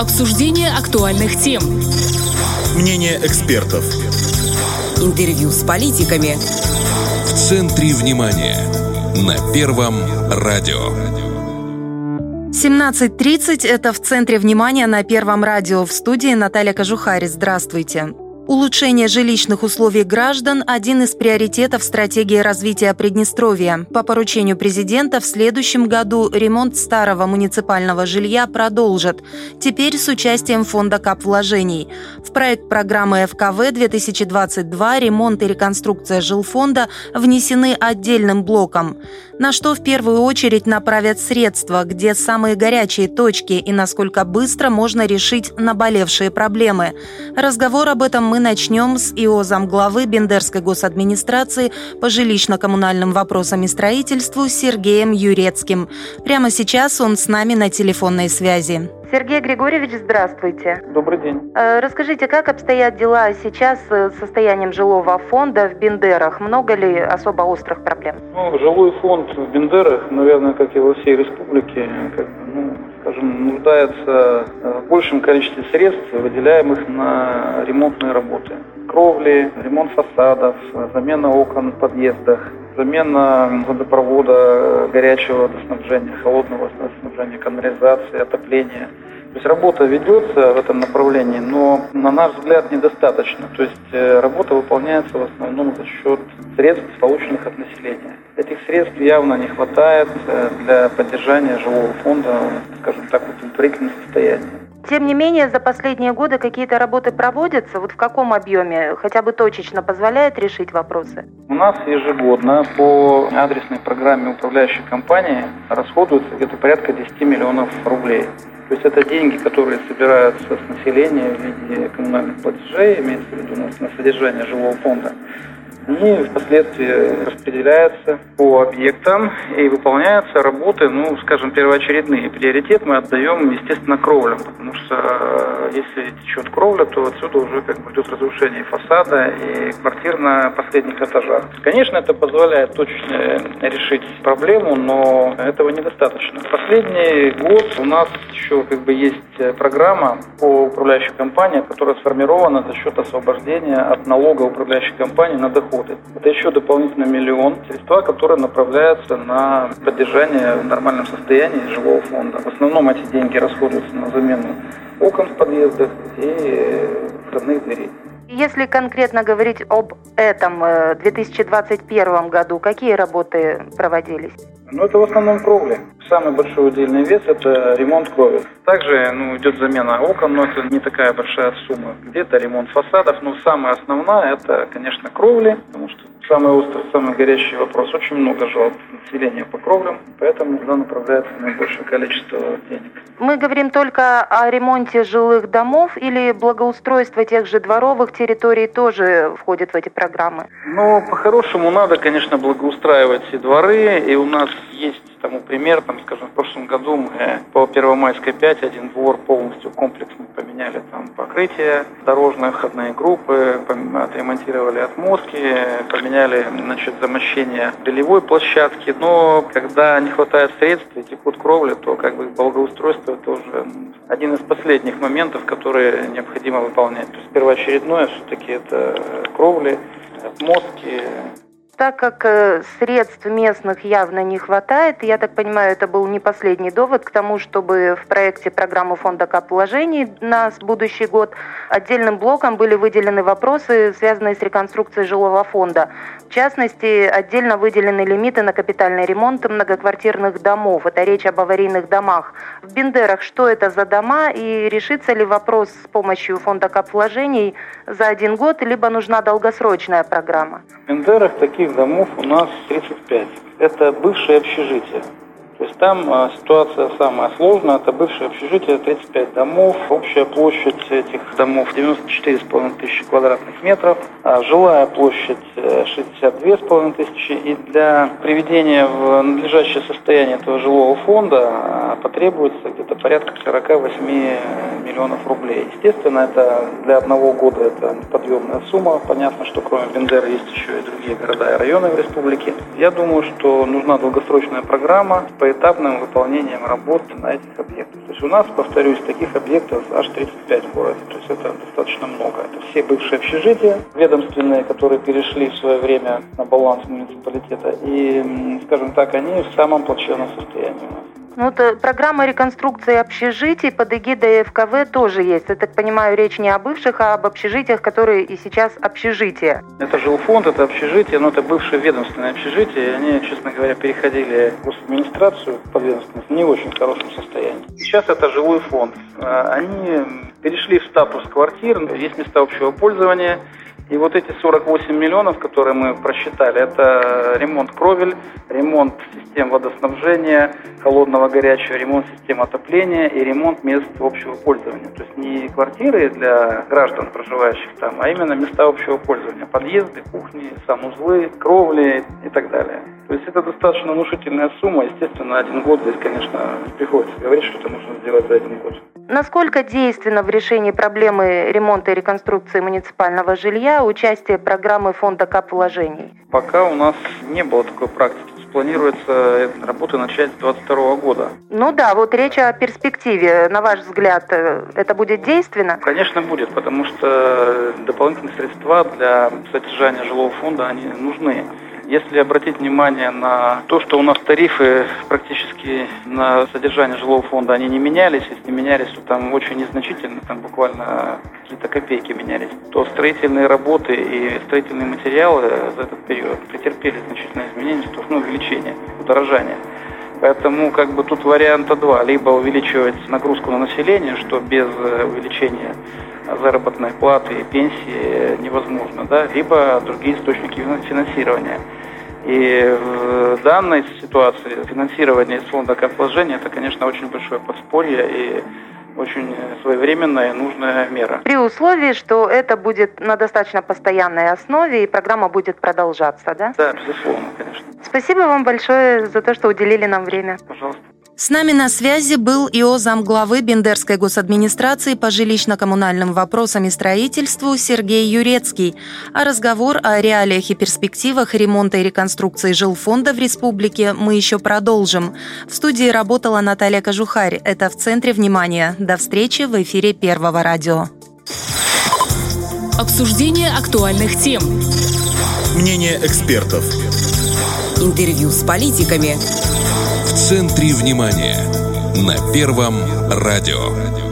Обсуждение актуальных тем. Мнение экспертов. Интервью с политиками. В центре внимания. На Первом радио. 17:30 – это «В центре внимания» на Первом радио. В студии Наталья Кожухарь. Здравствуйте. Улучшение жилищных условий граждан – один из приоритетов стратегии развития Приднестровья. По поручению президента в следующем году ремонт старого муниципального жилья продолжат. Теперь с участием фонда капвложений. В проект программы ФКВ-2022 ремонт и реконструкция жилфонда внесены отдельным блоком. На что в первую очередь направят средства, где самые горячие точки и насколько быстро можно решить наболевшие проблемы. Разговор об этом мы начнем с ИО замглавы Бендерской госадминистрации по жилищно-коммунальным вопросам и строительству Сергеем Юрецким. Прямо сейчас он с нами на телефонной связи. Сергей Григорьевич, здравствуйте. Добрый день. Расскажите, как обстоят дела сейчас с состоянием жилого фонда в Бендерах? Много ли особо острых проблем? Жилой фонд в Бендерах, наверное, как и во всей республике, нуждается в большем количестве средств, выделяемых на ремонтные работы. Кровли, ремонт фасадов, замена окон в подъездах, замена водопровода, горячего водоснабжения, холодного водоснабжения, канализации, отопления. То есть работа ведется в этом направлении, но, на наш взгляд, недостаточно. То есть работа выполняется в основном за счет средств, полученных от населения. Этих средств явно не хватает для поддержания жилого фонда, скажем так, в удовлетворительном состоянии. Тем не менее, за последние годы какие-то работы проводятся? В каком объеме? Хотя бы точечно позволяет решить вопросы? У нас ежегодно по адресной программе управляющей компании расходуется где-то порядка 10 миллионов рублей. То есть это деньги, которые собираются с населения в виде коммунальных платежей, имеется в виду на содержание жилого фонда. Они впоследствии распределяются по объектам и выполняются работы, первоочередные. Приоритет мы отдаем, естественно, кровлям, потому что если течет кровля, то отсюда уже идет разрушение фасада и квартир на последних этажах. Конечно, это позволяет точно решить проблему, но этого недостаточно. Последний год у нас еще есть программа по управляющей компании, которая сформирована за счет освобождения от налога управляющей компании на доход. Это еще дополнительно миллион средства, которые направляются на поддержание в нормальном состоянии жилого фонда. В основном эти деньги расходуются на замену окон в подъездах и входных дверей. Если конкретно говорить об этом 2021 году, какие работы проводились? Это в основном кровли. Самый большой удельный вес – это ремонт кровли. Также идет замена окон, но это не такая большая сумма. Где-то ремонт фасадов, но самая основная – это, конечно, кровли, потому что самый острый, самый горячий вопрос. Очень много жалоб населения по кровлям, поэтому туда направляется наибольшое количество денег. Мы говорим только о ремонте жилых домов или благоустройство тех же дворовых территорий тоже входит в эти программы? По-хорошему надо, конечно, благоустраивать и дворы, и у нас есть тому пример, в прошлом году мы по Первомайской 5 один двор полностью комплексно поменяли покрытие дорожное, входные группы, отремонтировали отмостки, поменяли замощение релевой площадки, но когда не хватает средств и текут кровли, то благоустройство это уже один из последних моментов, которые необходимо выполнять. То есть первоочередное все-таки это кровли, отмостки. Так как средств местных явно не хватает, я так понимаю, это был не последний довод к тому, чтобы в проекте программы фонда капвложений на будущий год отдельным блоком были выделены вопросы, связанные с реконструкцией жилого фонда. В частности, отдельно выделены лимиты на капитальный ремонт многоквартирных домов. Это речь об аварийных домах. В Бендерах что это за дома и решится ли вопрос с помощью фонда капвложений за один год, либо нужна долгосрочная программа? В Бендерах таких домов у нас 35. Это бывшее общежитие. То есть там ситуация самая сложная. Это бывшее общежитие, 35 домов. Общая площадь этих домов 94,5 тысячи квадратных метров. А жилая площадь 62,5 тысячи. И для приведения в надлежащее состояние этого жилого фонда потребуется где-то порядка 48 миллионов рублей. Естественно, это для одного года это подъемная сумма. Понятно, что кроме Бендера есть еще и другие города и районы в республике. Я думаю, что нужна долгосрочная программа по поэтапным выполнением работ на этих объектах. То есть у нас, повторюсь, таких объектов аж 35 в городе. То есть это достаточно много. Это все бывшие общежития ведомственные, которые перешли в свое время на баланс муниципалитета. И, скажем так, они в самом плачевном состоянии у нас. Программа реконструкции общежитий под эгидой ФКВ тоже есть. Я так понимаю, речь не о бывших, а об общежитиях, которые и сейчас общежития. Это жилфонд, это общежитие, но это бывшие ведомственные общежития. Они, честно говоря, переходили в госадминистрацию подведомственность в не очень хорошем состоянии. Сейчас это жилой фонд. Они перешли в статус квартир, есть места общего пользования. И вот эти 48 миллионов, которые мы просчитали, это ремонт кровель, ремонт систем водоснабжения, холодного, горячего, ремонт систем отопления и ремонт мест общего пользования. То есть не квартиры для граждан, проживающих там, а именно места общего пользования. Подъезды, кухни, санузлы, кровли и так далее. То есть это достаточно внушительная сумма. Естественно, 1 год здесь, конечно, не приходится говорить, что это нужно сделать за 1 год. Насколько действенно в решении проблемы ремонта и реконструкции муниципального жилья участие программы фонда капвложений? Пока у нас не было такой практики. Планируется работы начать с 2022 года. Речь о перспективе. На ваш взгляд, это будет действенно? Конечно, будет, потому что дополнительные средства для содержания жилого фонда, они нужны. Если обратить внимание на то, что у нас тарифы практически на содержание жилого фонда, они не менялись, если не менялись, то там очень незначительно, там буквально какие-то копейки менялись, то строительные работы и строительные материалы за этот период претерпели значительное изменение, увеличение, удорожание. Поэтому тут варианта 2. Либо увеличивать нагрузку на население, что без увеличения заработной платы и пенсии невозможно, либо другие источники финансирования. И в данной ситуации финансирование из фонда капвложения это, конечно, очень большое подспорье и очень своевременная и нужная мера. При условии, что это будет на достаточно постоянной основе и программа будет продолжаться, да? Да, безусловно, конечно. Спасибо вам большое за то, что уделили нам время. Пожалуйста. С нами на связи был ИО замглавы Бендерской госадминистрации по жилищно-коммунальным вопросам и строительству Сергей Юрецкий. А разговор о реалиях и перспективах ремонта и реконструкции жилфонда в республике мы еще продолжим. В студии работала Наталья Кожухарь. Это «В центре внимания». До встречи в эфире Первого радио. Обсуждение актуальных тем. Мнение экспертов. Интервью с политиками. В центре внимания. На Первом радио.